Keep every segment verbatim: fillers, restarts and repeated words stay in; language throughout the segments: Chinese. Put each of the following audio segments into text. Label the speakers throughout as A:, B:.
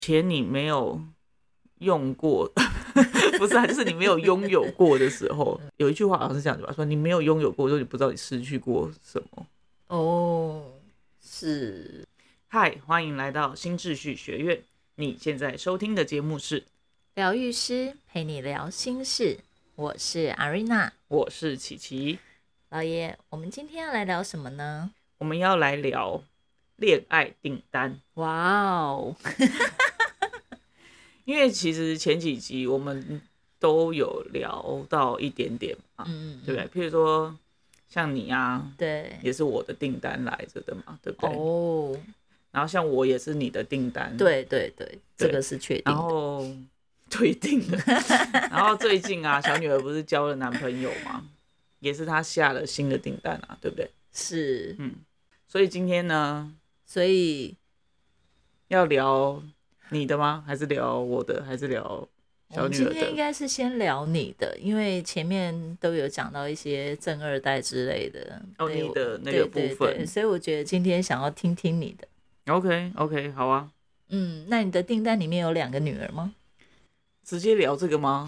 A: 钱你没有用过不是啊，就是你没有拥有过的时候，有一句话好像是这样子吧，说你没有拥有过，就你不知道你失去过什么。
B: 哦，是。
A: 嗨，欢迎来到新秩序学院，你现在收听的节目是
B: 疗愈师陪你聊心事，我是阿瑞娜，
A: 我是琪琪。
B: 老爷，我们今天要来聊什么呢？
A: 我们要来聊恋爱订单。
B: 哇哦
A: 因为其实前几集我们都有聊到一点点嘛，嗯嗯对不对？譬如说像你啊，
B: 对，
A: 也是我的订单来着的嘛，对不对？
B: 哦，
A: 然后像我也是你的订单，
B: 对对对，这个是确定的。
A: 然后对定的。然后最近啊，小女儿不是交了男朋友吗？也是她下了新的订单啊，对不对？
B: 是，
A: 嗯。所以今天呢，
B: 所以
A: 要聊你的吗？还是聊我的？还是聊小女儿的？
B: 我们今天应该是先聊你的，因为前面都有讲到一些正二代之类的。
A: 哦，你的那个部分。
B: 对对对，所以我觉得今天想要听听你的。
A: OK OK， 好啊。
B: 嗯，那你的订单里面有两个女儿吗？
A: 直接聊这个吗？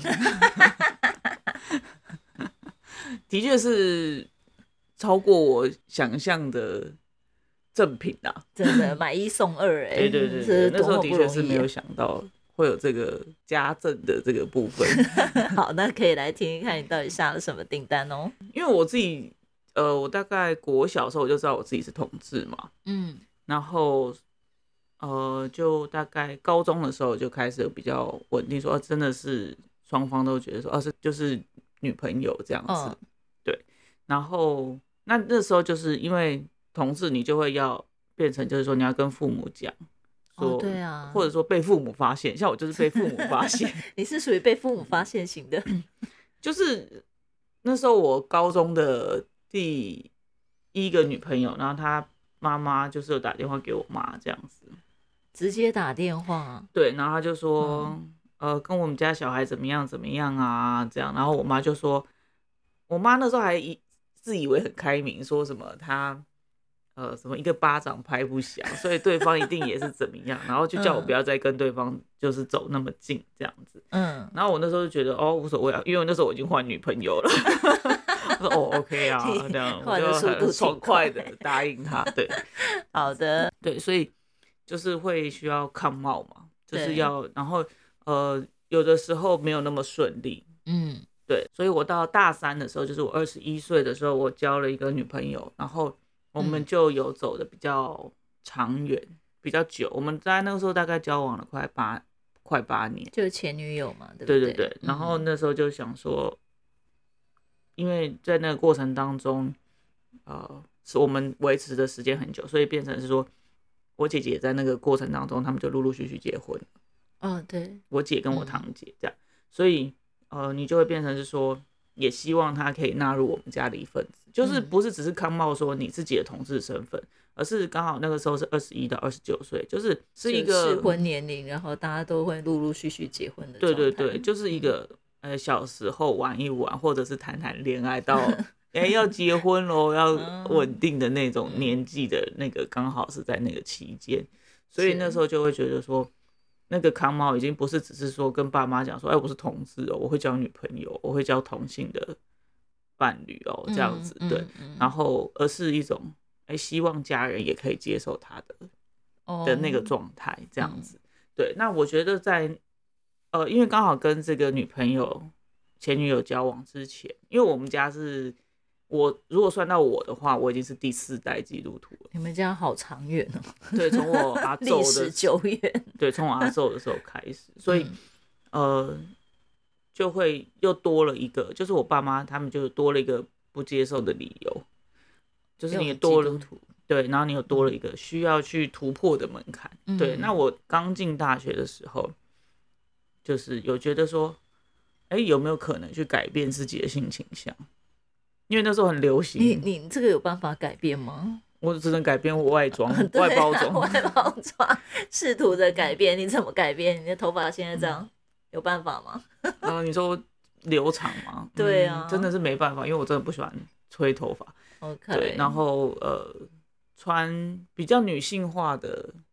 A: 的确是超过我想象的赠品啊！
B: 真的买一送二哎、欸，
A: 对对对对，那时候的确是没有想到会有这个加赠的这个部分。
B: 好，那可以来听听看你到底下了什么订单哦。
A: 因为我自己，呃，我大概国小的时候我就知道我自己是同志嘛，嗯，然后。呃，就大概高中的时候就开始比较稳定说，说、啊、真的是双方都觉得说，啊是就是女朋友这样子，哦、对。然后那那时候就是因为同志，你就会要变成就是说你要跟父母讲，说、
B: 哦、对啊，
A: 或者说被父母发现，像我就是被父母发现，
B: 你是属于被父母发现型的，
A: 就是那时候我高中的第一个女朋友，然后她妈妈就是有打电话给我妈这样子。
B: 直接打电话，
A: 对，然后他就说，嗯、呃，跟我们家小孩怎么样怎么样啊，这样。然后我妈就说，我妈那时候还自以为很开明，说什么她，呃，什么一个巴掌拍不响，所以对方一定也是怎么样，然后就叫我不要再跟对方就是走那么近这样子。嗯，然后我那时候就觉得哦无所谓啊，因为那时候我已经换女朋友了。我说哦 OK 啊，这样我就很爽快的答应他。对，
B: 好的，
A: 对，所以。就是会需要抗冒嘛，就是要，然后呃，有的时候没有那么顺利，嗯，对，所以我到大三的时候，就是我二十一岁的时候，我交了一个女朋友，然后我们就有走的比较长远，嗯、比较久，我们在那个时候大概交往了快八快八年，
B: 就是前女友嘛，对不
A: 对？对对对，然后那时候就想说，因为在那个过程当中，呃，是我们维持的时间很久，所以变成是说。我姐姐在那个过程当中，他们就陆陆续续结婚。
B: 哦，对，
A: 我姐跟我堂姐这样，嗯、所以呃，你就会变成是说，也希望她可以纳入我们家的一份子，就是不是只是康茂说你自己的同志身份，而是刚好那个时候是二十一到二十九岁，就是是一个
B: 适婚年龄，然后大家都会陆陆续续结婚的。
A: 对对对，就是一个、嗯、呃小时候玩一玩，或者是谈谈恋爱到。哎、欸，要结婚咯，要稳定的那种年纪的那个，刚好是在那个期间，所以那时候就会觉得说，那个康猫已经不是只是说跟爸妈讲说，哎、欸，我是同志哦，我会交女朋友，我会交同性的伴侣哦，这样子，对，然后而是一种，哎、欸，希望家人也可以接受他的、哦、的那个状态，这样子，对，那我觉得在，呃，因为刚好跟这个女朋友、前女友交往之前，因为我们家是。我如果算到我的话，我已经是第四代基督徒了。
B: 你们家好长远哦。
A: 对，从我阿祖的历
B: 史久远。
A: 对，从我阿祖的时候开始，所以、嗯、呃，就会又多了一个，就是我爸妈他们就多了一个不接受的理由，就是你多了对，然后你又多了一个需要去突破的门槛。嗯、对，那我刚进大学的时候，就是有觉得说，哎、欸，有没有可能去改变自己的性倾向？因为那时候很流行，
B: 你你这个有办法改变吗？
A: 我只能改变我外装、啊、外包装、
B: 外包装，试图的改变。你怎么改变？你的头发现在这样，嗯、有办法吗？
A: 然后你说留长吗？
B: 对啊、
A: 嗯，真的是没办法，因为我真的不喜欢吹头发。
B: OK，
A: 对，然后呃，穿比较女性化的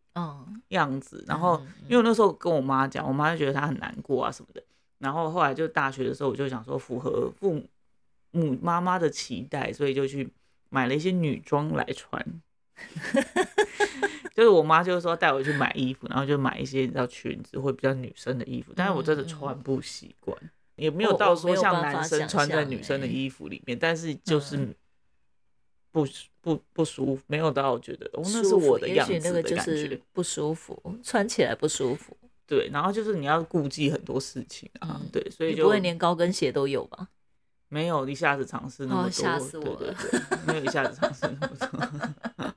A: 样子，然后因为我那时候跟我妈讲，我妈就觉得她很难过啊什么的，然后后来就大学的时候，我就想说符合父母妈妈的期待，所以就去买了一些女装来穿。就是我妈就是说带我去买衣服，然后就买一些你知道裙子或比较女生的衣服，但是我真的穿不习惯，嗯嗯也没有到说像男生穿在女生的衣服里面，但是就是不不不舒服，没有到觉得哦那是我的样子的感觉，
B: 也许那个就是不舒服，穿起来不舒服。
A: 对，然后就是你要顾忌很多事情啊，嗯、对，所以就
B: 你不会连高跟鞋都有吧？
A: 没有一下子尝试那么多，吓、哦、死我了！对对对，没有一下子尝试那么多。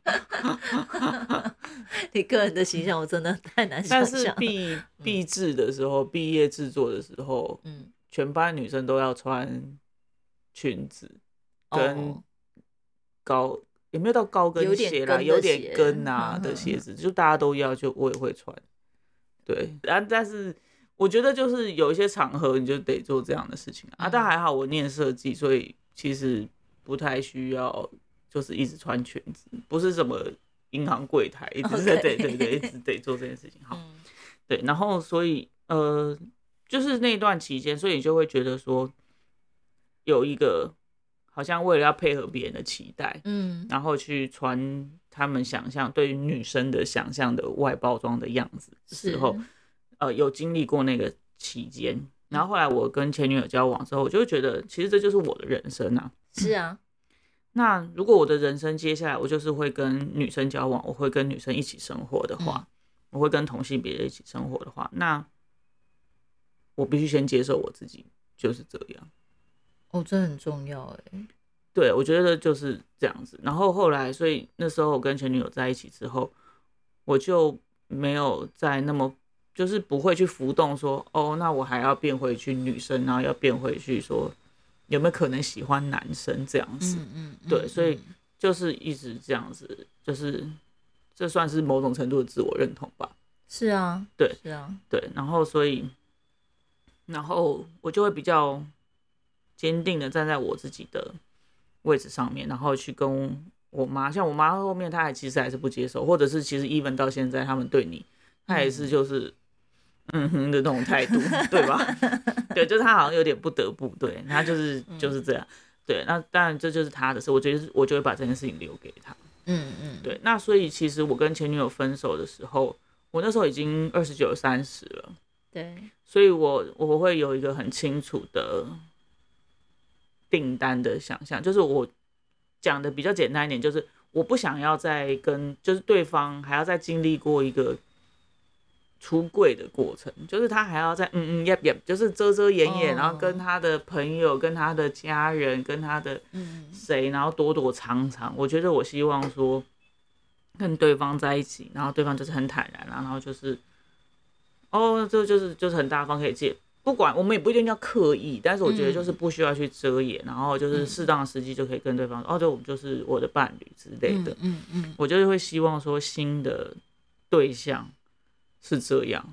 B: 你个人的形象我真的太难想象。
A: 但是毕毕制的时候，毕、嗯、业制作的时候，嗯，全班女生都要穿裙子跟高，哦、有没有到高跟鞋啦？有点跟啊的鞋子，就大家都要，就我也会穿。对，但但是我觉得就是有一些场合你就得做这样的事情 啊, 啊但还好我念设计，所以其实不太需要就是一直穿裙子，不是什么银行柜台一直在、okay. 对对对一直得做这件事情。好，嗯、对，然后所以呃就是那段期间，所以你就会觉得说有一个好像为了要配合别人的期待，嗯，然后去穿他们想象对于女生的想象的外包装的样子的时候，呃，有经历过那个期间，然后后来我跟前女友交往之后，我就会觉得其实这就是我的人生啊。
B: 是啊，
A: 那如果我的人生接下来我就是会跟女生交往，我会跟女生一起生活的话，嗯、我会跟同性别人一起生活的话，那我必须先接受我自己就是这样。
B: 哦，这很重要哎。
A: 对，我觉得就是这样子。然后后来，所以那时候我跟前女友在一起之后，我就没有再那么，就是不会去浮动说，哦，那我还要变回去女生，然后要变回去说有没有可能喜欢男生这样子。嗯嗯。对，所以就是一直这样子，就是这算是某种程度的自我认同吧。
B: 是啊，
A: 对，
B: 是啊，
A: 对。然后所以，然后我就会比较坚定的站在我自己的位置上面，然后去跟我妈，像我妈后面她还其实还是不接受，或者是其实 even 到现在他们对你，她也是就是嗯哼的那种态度，对吧？对，就是她好像有点不得不，对，她就是就是这样，对，那当然这就是她的事，我觉得我就会把这件事情留给她，嗯嗯，对，那所以其实我跟前女友分手的时候，我那时候已经二十九三十了，
B: 对，
A: 所以我我会有一个很清楚的订单的想象，就是我讲的比较简单一点，就是我不想要再跟就是对方还要再经历过一个出柜的过程，就是他还要再嗯嗯呀呀，就是遮遮掩掩， oh. 然后跟他的朋友、跟他的家人、跟他的谁，然后躲躲藏藏。我觉得我希望说跟对方在一起，然后对方就是很坦然，然后就是哦，这就是就是很大方可以借。不管我们也不一定要刻意，但是我觉得就是不需要去遮掩，嗯、然后就是适当的时机就可以跟对方说，嗯、哦，对，我就是我的伴侣之类的。嗯 嗯, 嗯，我就是会希望说新的对象是这样。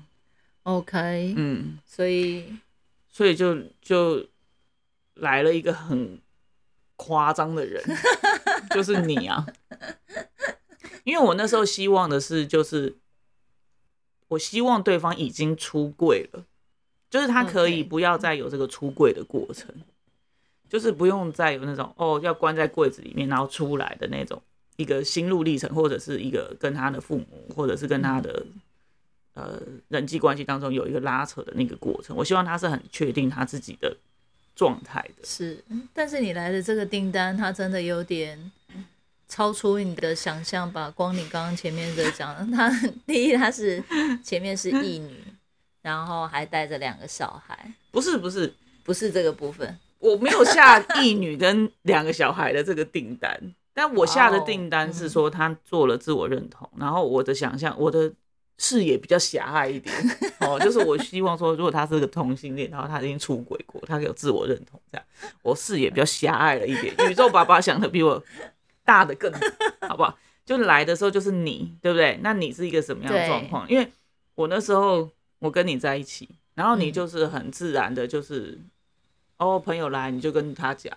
B: OK， 嗯，所以
A: 所以就就来了一个很夸张的人，就是你啊，因为我那时候希望的是，就是我希望对方已经出柜了。就是他可以不要再有这个出柜的过程， okay. 就是不用再有那种哦要关在柜子里面然后出来的那种一个心路历程，或者是一个跟他的父母或者是跟他的、嗯、呃人际关系当中有一个拉扯的那个过程。我希望他是很确定他自己的状态的。
B: 是，但是你来的这个订单，他真的有点超出你的想象吧？光你刚刚前面的讲，他第一他是前面是异女。然后还带着两个小孩，
A: 不是不是
B: 不是这个部分，
A: 我没有下一女跟两个小孩的这个订单，但我下的订单是说他做了自我认同， oh, 嗯、然后我的想象，我的视野比较狭隘一点，哦，就是我希望说，如果他是个同性恋，然后他已经出轨过，他有自我认同，这样我视野比较狭隘了一点，宇宙爸爸想的比我大的更好不好？就来的时候就是你，对不对？那你是一个什么样的状况？因为我那时候。我跟你在一起，然后你就是很自然的，就是、嗯、哦，朋友来你就跟他讲，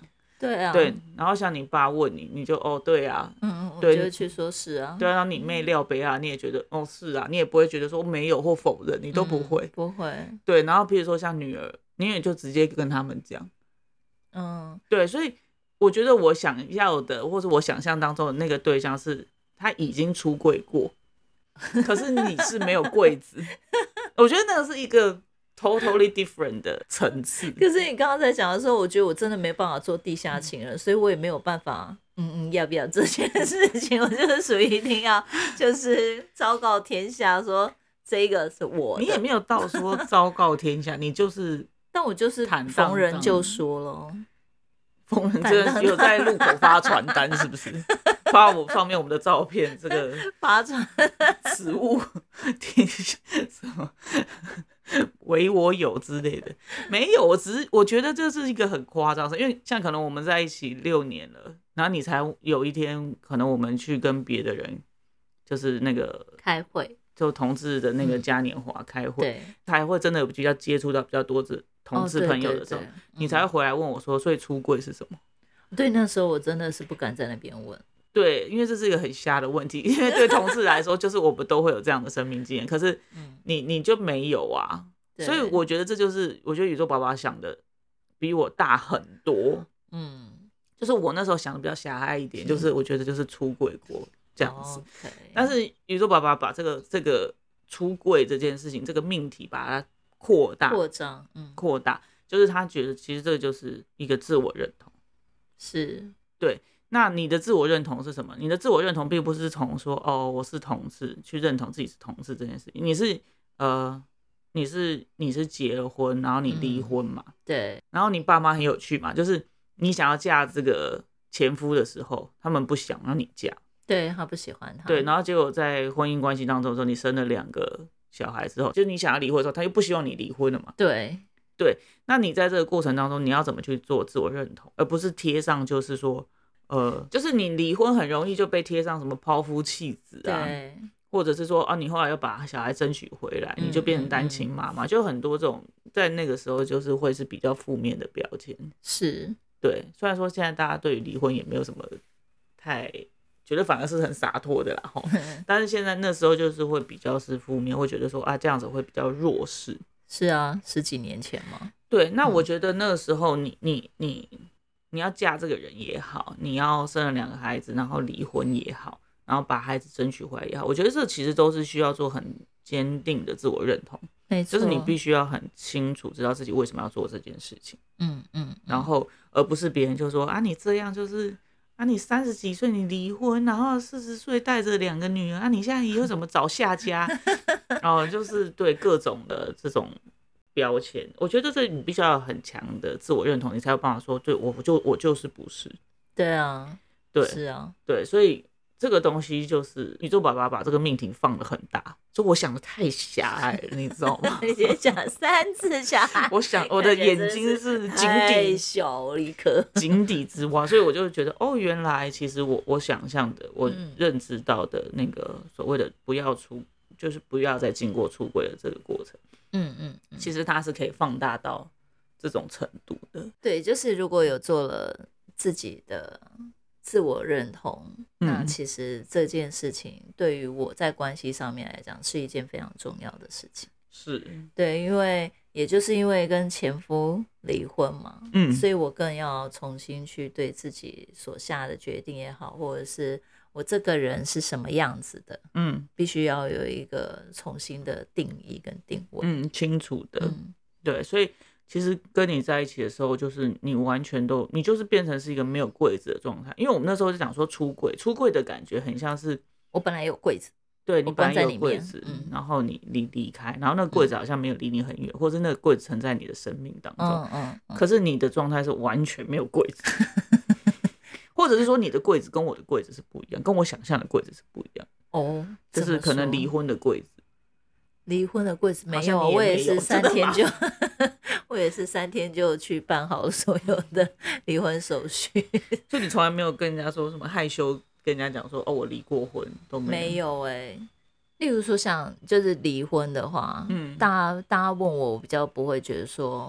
B: 对啊，
A: 对，然后像你爸问你，你就哦对啊，
B: 嗯嗯，我
A: 对
B: 就会去说是啊，
A: 对啊，然后你妹廖北啊，你也觉得哦是啊，你也不会觉得说没有或否认，你都不会，
B: 嗯、不会，
A: 对，然后比如说像女儿，你也就直接跟他们讲，
B: 嗯，
A: 对，所以我觉得我想要的，或是我想象当中的那个对象是他已经出柜过，可是你是没有柜子，我觉得那个是一个 totally different 的层次。
B: 可是你刚刚在讲的时候，我觉得我真的没办法做地下情人，所以我也没有办法，嗯嗯，要不要这件事情？我就是属于一定要，就是昭告天下说这个是我的。
A: 你也没有到说昭告天下，你就是，
B: 但我就是逢人就说了，
A: 逢人真的有在路口发传单，是不是？发我上面我们的照片，这个
B: 发传
A: 此物天下什么唯我有之类的，没有，我只是我觉得这是一个很夸张的，因为像可能我们在一起六年了，然后你才有一天，可能我们去跟别的人，就是那个
B: 开会，
A: 就同志的那个嘉年华开会，
B: 对，
A: 才会真的比较接触到比较多的同志朋友的时候，
B: 哦对对对嗯、
A: 你才会回来问我说，所以出柜是什么？
B: 对，那时候我真的是不敢在那边问。
A: 对，因为这是一个很瞎的问题，因为对同志来说，就是我们都会有这样的生命经验，可是你你就没有啊，所以我觉得这就是我觉得宇宙爸爸想的比我大很多，嗯，就是我那时候想的比较狭隘一点，就是我觉得就是出柜过这样子，
B: okay.
A: 但是宇宙爸爸把这个这个出柜这件事情这个命题把它扩大
B: 扩张，嗯，
A: 扩大，就是他觉得其实这就是一个自我认同，
B: 是
A: 对。那你的自我认同是什么？你的自我认同并不是从说哦我是同志去认同自己是同志这件事情，你是呃你是你是结了婚，然后你离婚嘛、嗯，
B: 对，
A: 然后你爸妈很有趣嘛，就是你想要嫁这个前夫的时候，他们不想让你嫁，
B: 对他不喜欢他，
A: 对，然后结果在婚姻关系当中的时候，你生了两个小孩之后，就是你想要离婚的时候，他又不希望你离婚了嘛，
B: 对
A: 对，那你在这个过程当中，你要怎么去做自我认同，而不是贴上就是说。呃，就是你离婚很容易就被贴上什么抛夫弃子啊，或者是说啊，你后来又把小孩争取回来，你就变成单亲妈妈、嗯嗯嗯，就很多这种在那个时候就是会是比较负面的标签。
B: 是，
A: 对，虽然说现在大家对于离婚也没有什么太觉得反而是很洒脱的啦齁，但是现在那时候就是会比较是负面，会觉得说啊这样子会比较弱势。
B: 是啊，十几年前嘛。
A: 对，那我觉得那个时候你你你。你要嫁这个人也好，你要生了两个孩子，然后离婚也好，然后把孩子争取回来也好，我觉得这其实都是需要做很坚定的自我认同，
B: 没错，
A: 就是你必须要很清楚知道自己为什么要做这件事情，嗯嗯，然后而不是别人就说啊你这样就是啊你三十几岁你离婚，然后四十岁带着两个女儿啊你现在以后怎么找下家，然后就是对各种的这种。标签，我觉得这你必须要有很强的自我认同，你才有办法说，对我就我就是不是。
B: 对啊，
A: 对，
B: 是啊，
A: 对，所以这个东西就是宇宙爸爸把这个命题放得很大，就我想的太狭隘了，你知道吗？
B: 你今天讲三次狭隘，
A: 我想我的眼睛是井底
B: 小一颗
A: 井底之蛙，所以我就觉得哦，原来其实我我想象的，我认知到的那个所谓的不要出，就是不要再经过出柜的这个过程。嗯嗯，其实它是可以放大到这种程度的。
B: 对，就是如果有做了自己的自我认同、嗯、那其实这件事情对于我在关系上面来讲是一件非常重要的事情。
A: 是，
B: 对，因为也就是因为跟前夫离婚嘛，嗯，所以我更要重新去对自己所下的决定也好，或者是我这个人是什么样子的，嗯，必须要有一个重新的定义跟定位，
A: 嗯，清楚的，嗯、对，所以其实跟你在一起的时候，就是你完全都，你就是变成是一个没有柜子的状态，因为我们那时候就讲说出柜，出柜的感觉很像是
B: 我本来有柜子，
A: 对，你本来有柜子、嗯，然后你离离开，然后那个柜子好像没有离你很远、嗯，或者那个柜子存在你的生命当中，嗯嗯嗯、可是你的状态是完全没有柜子。或者是说你的柜子跟我的柜子是不一样，跟我想象的柜子是不一样哦，就是可能离婚的柜子，
B: 离婚的柜子没有，我也是三天就，我也是三天就去办好所有的离婚手续，
A: 就你从来没有跟人家说什么害羞，跟人家讲说哦我离过婚都没有，
B: 没有哎、欸。例如说像就是离婚的话，嗯，大家大家问我，我比较不会觉得说。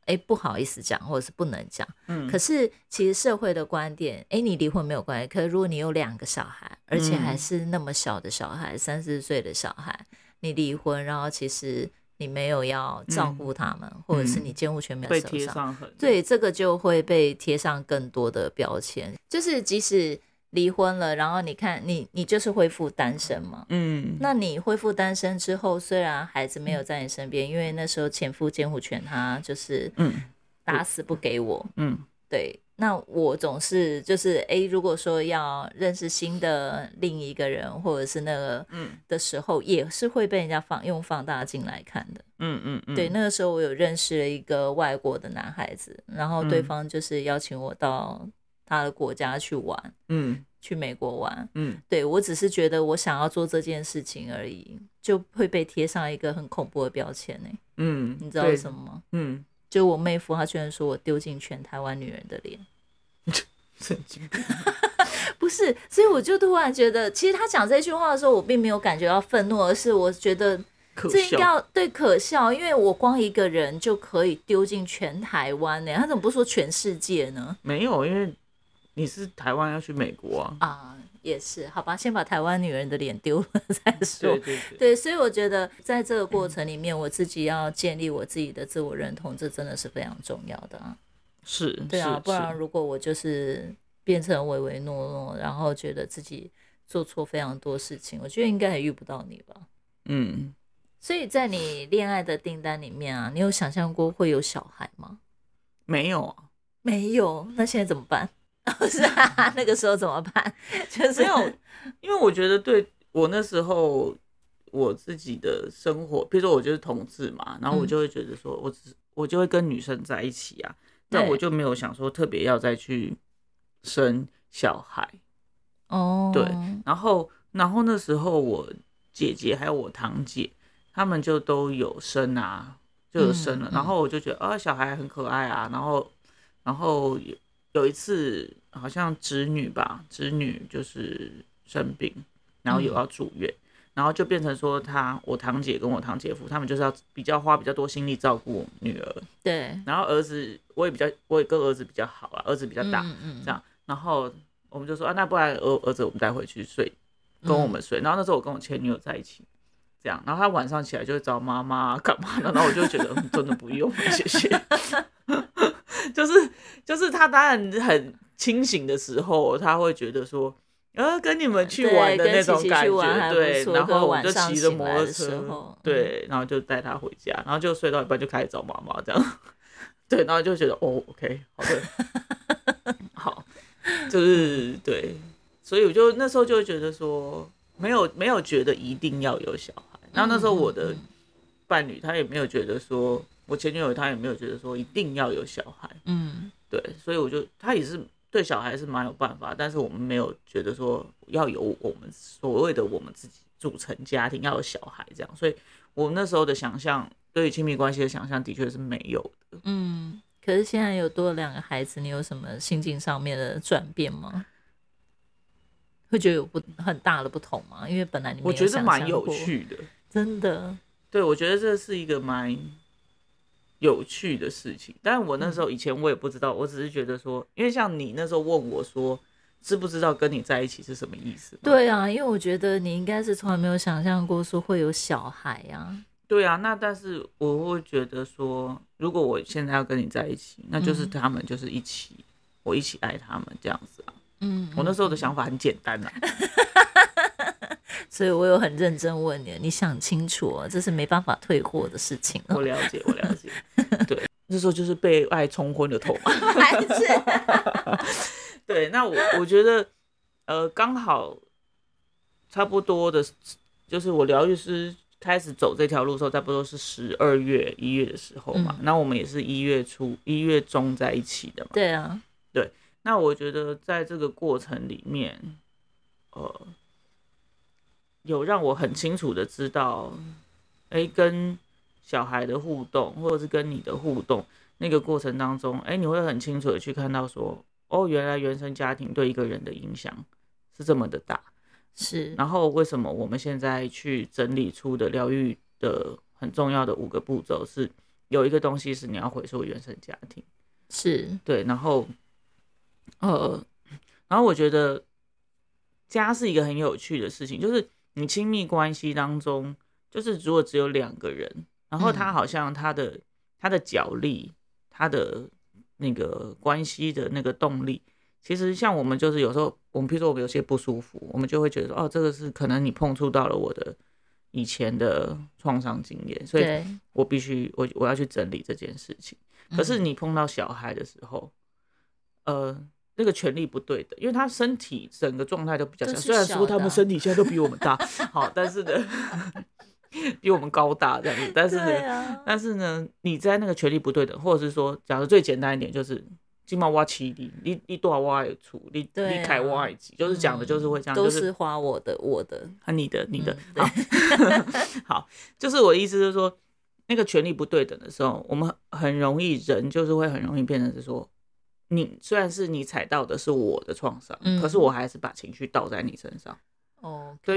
B: 哎，不好意思讲，或者是不能讲。
A: 嗯，
B: 可是其实社会的观点，哎，你离婚没有关系。可是如果你有两个小孩，而且还是那么小的小孩，三四岁的小孩，你离婚，然后其实你没有要照顾他们，嗯、或者是你监护权没有手上，
A: 被贴上很
B: 对，这个就会被贴上更多的标签。就是即使离婚了，然后你看你你就是恢复单身嘛，嗯，那你恢复单身之后，虽然孩子没有在你身边，嗯、因为那时候前夫监护权他就是打死不给我，嗯，对，那我总是就是哎，如果说要认识新的另一个人或者是那个的时候，嗯、也是会被人家放用放大镜来看的，嗯嗯嗯，对，那个时候我有认识了一个外国的男孩子，然后对方就是邀请我到他的国家去玩，嗯，去美国玩，嗯，对，我只是觉得我想要做这件事情而已，就会被贴上一个很恐怖的标签呢，嗯，你知道为什么吗？嗯，就我妹夫他居然说我丢尽全台湾女人的脸，
A: 神经病，
B: 不是，所以我就突然觉得，其实他讲这句话的时候，我并没有感觉到愤怒，而是我觉得这应该要对可笑，因为我光一个人就可以丢进全台湾呢，他怎么不说全世界呢？
A: 没有，因为你是台湾要去美国啊。
B: 啊，也是，好吧，先把台湾女人的脸丢了再说。
A: 对对对。
B: 对，所以我觉得在这个过程里面，我自己要建立我自己的自我认同，这真的是非常重要的啊。
A: 是。
B: 对啊，不然如果我就是变成唯唯诺诺，然后觉得自己做错非常多事情，我觉得应该也遇不到你吧。嗯。所以在你恋爱的订单里面啊，你有想象过会有小孩吗？
A: 没有啊。
B: 没有，那现在怎么办？不是啊，那个时候怎么办？就是
A: 没有，因为我觉得对我那时候我自己的生活，比如说我就是同志嘛，然后我就会觉得说我只我就会跟女生在一起啊，那我就没有想说特别要再去生小孩哦。对，然后然后那时候我姐姐还有我堂姐，他们就都有生啊，就有生了，嗯、然后我就觉得啊，小孩很可爱啊，然后然后有一次好像侄女吧，侄女就是生病，然后有要住院，嗯、然后就变成说他我堂姐跟我堂姐夫他们就是要比较花比较多心力照顾女儿，
B: 对，
A: 然后儿子我也比较我也跟儿子比较好啊，儿子比较大，嗯嗯这样，然后我们就说啊，那不然儿儿子我们带回去睡，跟我们睡，嗯、然后那时候我跟我前女友在一起。这样，然后他晚上起来就会找妈妈干嘛的，然后我就觉得真的不用，谢谢。就是就是他当然很清醒的时候，他会觉得说，呃，跟你们去玩的那种感觉，对。然后我就骑着摩托车，对，然后就带他回家，然后就睡到一半就开始找妈妈这样，对，然后就觉得哦 ，OK， 好的，好，就是对，所以我就那时候就会觉得说，没有没有觉得一定要有小孩。然后那时候我的伴侣他也没有觉得说，我前女友他也没有觉得说一定要有小孩，嗯，对，所以我就他也是对小孩是蛮有办法，但是我们没有觉得说要有我们所谓的我们自己组成家庭要有小孩这样，所以我那时候的想象对于亲密关系的想象的确是没有的，
B: 嗯，可是现在有多了两个孩子，你有什么心境上面的转变吗？会觉得有不很大的不同吗？因为本来你没有想象过，
A: 我觉得蛮有趣的。
B: 真的，
A: 对，我觉得这是一个蛮有趣的事情。但我那时候以前我也不知道，我只是觉得说，因为像你那时候问我说，知不知道跟你在一起是什么意思？
B: 对啊，因为我觉得你应该是从来没有想象过说会有小孩啊。
A: 对啊，那但是我会觉得说，如果我现在要跟你在一起，那就是他们就是一起，嗯、我一起爱他们这样子啊。嗯，我那时候的想法很简单啊。
B: 所以我有很认真问你，你想清楚哦，这是没办法退货的事情，哦。
A: 我了解，我了解。对，那时候就是被爱冲昏了头嘛。
B: 还是？
A: 对，那我我觉得，呃，刚好差不多的，就是我疗愈师开始走这条路的时候，差不多是十二月、一月的时候嘛。那、嗯、我们也是一月初、一月中在一起的嘛。
B: 对啊，
A: 对。那我觉得在这个过程里面，呃。有让我很清楚的知道，哎，跟小孩的互动，或者是跟你的互动，那个过程当中，哎，你会很清楚的去看到说，哦，原来原生家庭对一个人的影响是这么的大，
B: 是。
A: 然后为什么我们现在去整理出的疗愈的很重要的五个步骤是， 有一个东西是你要回溯原生家庭，
B: 是
A: 对，然后呃，然后我觉得家是一个很有趣的事情，就是你亲密关系当中，就是如果只有两个人，然后他好像他的、嗯、他的角力，他的那个关系的那个动力，其实像我们就是有时候我们譬如说我们有些不舒服，我们就会觉得说哦，这个是可能你碰触到了我的以前的创伤经验，所以我必须我我要去整理这件事情。可是你碰到小孩的时候，呃，那个权力不对的，因为他身体整个状态都比较小，虽然说他们身体现在都比我们大，好，但是呢，比我们高大这样子，但是呢，啊、但是呢，你在那个权力不对的，或者是说，讲的最简单一点，就是今晚挖起你，你你多少挖也出，你你开挖也挤，就是讲的就是会这样，
B: 都是花我的我的，
A: 啊你的你的，嗯、好，好，就是我的意思就是说。那个权力不对等的时候，我们很容易人就是会很容易变成是说，你虽然是你踩到的是我的创伤、嗯，可是我还是把情绪倒在你身上。
B: 哦、okay ，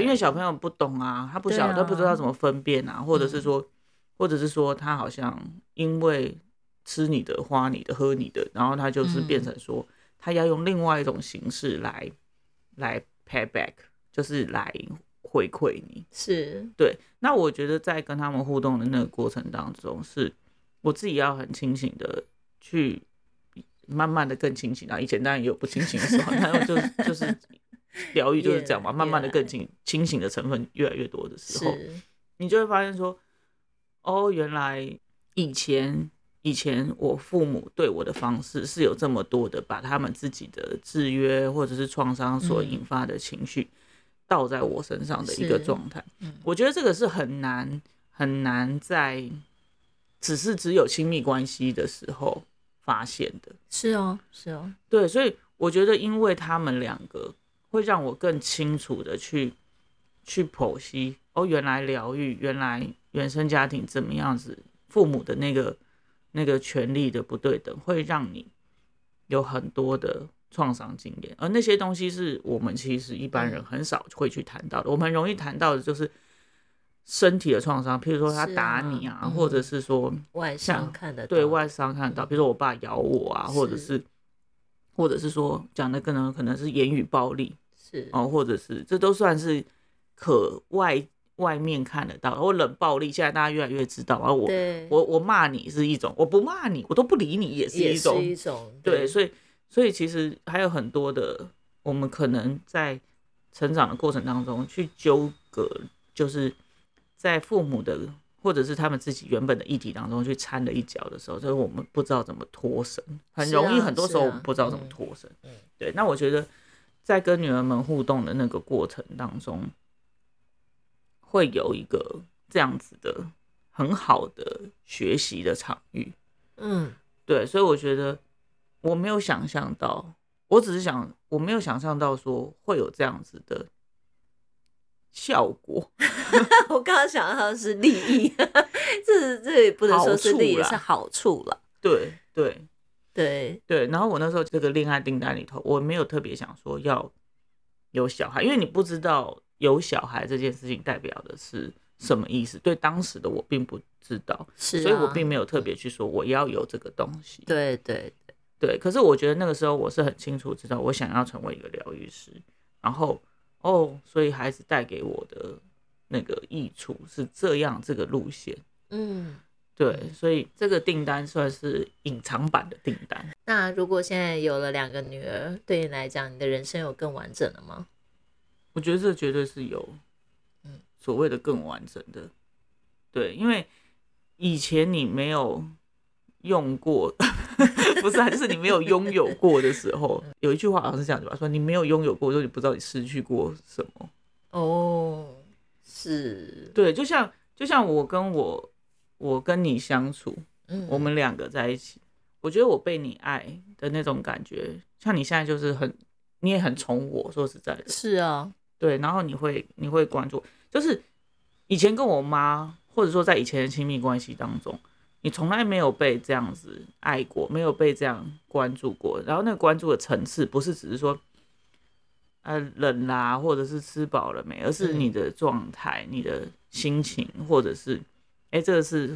A: 对，因为小朋友不懂啊，他不晓得，他不知道怎么分辨啊，或者是说、嗯，或者是说他好像因为吃你的、花你的、喝你的，然后他就是变成说，嗯、他要用另外一种形式来来 pay back， 就是来回馈你。是，对。那我觉得在跟他们互动的那个过程当中，是我自己要很清醒的去慢慢的更清醒啊。以前当然也有不清醒的时候，但就就是疗愈就是这样嘛，慢慢的更清清醒的成分越来越多的时候，你就会发现说，哦，原来以前以前我父母对我的方式是有这么多的，把他们自己的制约或者是创伤所引发的情绪。嗯倒在我身上的一个状态、嗯，我觉得这个是很难很难在只是只有亲密关系的时候发现的。
B: 是哦，是哦，
A: 对，所以我觉得因为他们两个会让我更清楚的去去剖析，哦，原来疗愈，原来原生家庭怎么样子，父母的那个那个权力的不对等，会让你有很多的。创伤经验，而那些东西是我们其实一般人很少会去谈到的。嗯、我们很容易谈到的就是身体的创伤，譬如说他打你 啊, 啊、嗯，或者是说
B: 外伤看得到，
A: 对外伤看得到，比如说我爸咬我啊，或者是或者是说讲的可能可能是言语暴力，是哦，或者是这都算是可外外面看得到。或冷暴力，现在大家越来越知道啊，我我我骂你是一种，我不骂你，我都不理你也是一种，
B: 也是一种
A: 对, 对，所以。所以其实还有很多的，我们可能在成长的过程当中去纠葛，就是在父母的或者是他们自己原本的议题当中去掺了一脚的时候，就是我们不知道怎么脱身，很容易，很多时候我们不知道怎么脱身。啊啊、对，那我觉得在跟女儿们互动的那个过程当中，会有一个这样子的很好的学习的场域。嗯，对，所以我觉得。我没有想象到，我只是想，我没有想象到说会有这样子的效果。
B: 我刚刚想到的是利益，这这也不能说是利益，是好处了。
A: 对对
B: 对
A: 对。然后我那时候这个恋爱订单里头，我没有特别想说要有小孩，因为你不知道有小孩这件事情代表的是什么意思。对当时的我并不知道，是、啊，所以我并没有特别去说我要有这个东西。
B: 对对。
A: 对，可是我觉得那个时候我是很清楚知道我想要成为一个疗愈师，然后哦，所以孩子带给我的那个益处是这样这个路线，嗯，对，所以这个订单算是隐藏版的订单。
B: 那如果现在有了两个女儿，对你来讲，你的人生有更完整了吗？
A: 我觉得这绝对是有，嗯，所谓的更完整的，对，因为以前你没有用过。不是啊，就是你没有拥有过的时候，有一句话好像是这样子吧，说你没有拥有过，就你不知道你失去过什么。
B: 哦，是，
A: 对，就像就像我跟我我跟你相处，嗯，我们两个在一起，我觉得我被你爱的那种感觉，像你现在就是很，你也很宠我，说实在的，
B: 是啊，
A: 对，然后你会你会关注，就是以前跟我妈，或者说在以前的亲密关系当中。你从来没有被这样子爱过，没有被这样关注过，然后那个关注的层次不是只是说，呃，冷啦，或者是吃饱了没，而是你的状态、你的心情，或者是，哎、欸，这个是会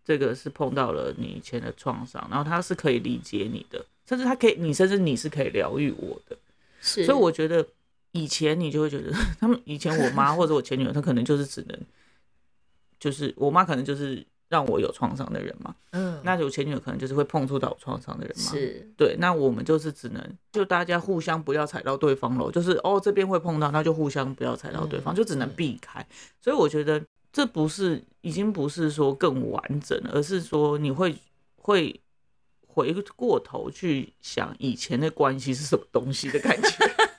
A: 这个是碰到了你以前的创伤，然后他是可以理解你的，甚至他可以，你甚至你是可以疗愈我的。
B: 是，
A: 所以我觉得以前你就会觉得，他们以前我妈或者我前女友，她可能就是只能，就是我妈可能就是让我有创伤的人嘛，嗯，那我前女友可能就是会碰触到我创伤的人嘛，
B: 是，
A: 对，那我们就是只能就大家互相不要踩到对方咯，就是哦这边会碰到，那就互相不要踩到对方，嗯、就只能避开。所以我觉得这不是已经不是说更完整了，而是说你会会回过头去想以前的关系是什么东西的感觉。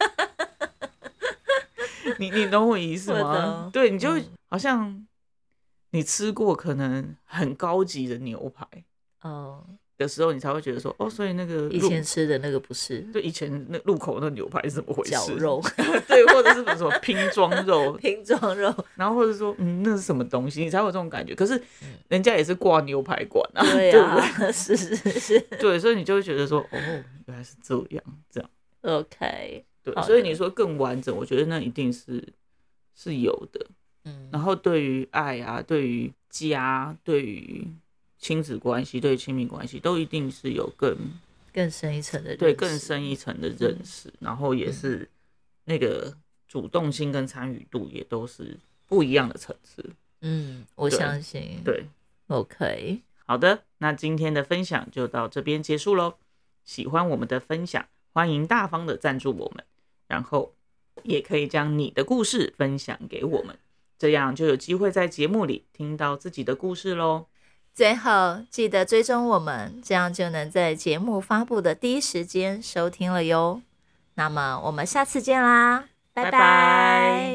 A: 你你懂我意思吗？对，你就好像你吃过可能很高级的牛排哦的时候，你才会觉得说哦，所以那个
B: 以前吃的那个不是，
A: 对，以前那入口那牛排是怎么回事？
B: 绞肉，
A: 对，或者是什么拼装肉，
B: 拼装肉，
A: 然后或者说嗯，那是什么东西，你才有这种感觉。可是人家也是挂牛排馆啊，
B: 对啊，对不对？是是是，
A: 对，所以你就会觉得说哦，原来是这样，这样
B: ，OK。
A: 对，所以你说更完整，我觉得那一定是是有的。嗯，然后对于爱啊，对于家，对于亲子关系，对于亲密关系，都一定是有更
B: 更深一层的认识，
A: 对更深一层的认识，嗯、然后也是那个主动性跟参与度也都是不一样的层次。
B: 嗯，我相信。
A: 对
B: ，OK，
A: 好的，那今天的分享就到这边结束喽。喜欢我们的分享，欢迎大方的赞助我们。然后也可以将你的故事分享给我们，这样就有机会在节目里听到自己的故事咯。
B: 最后记得追踪我们，这样就能在节目发布的第一时间收听了哟。那么我们下次见啦，拜拜。拜拜。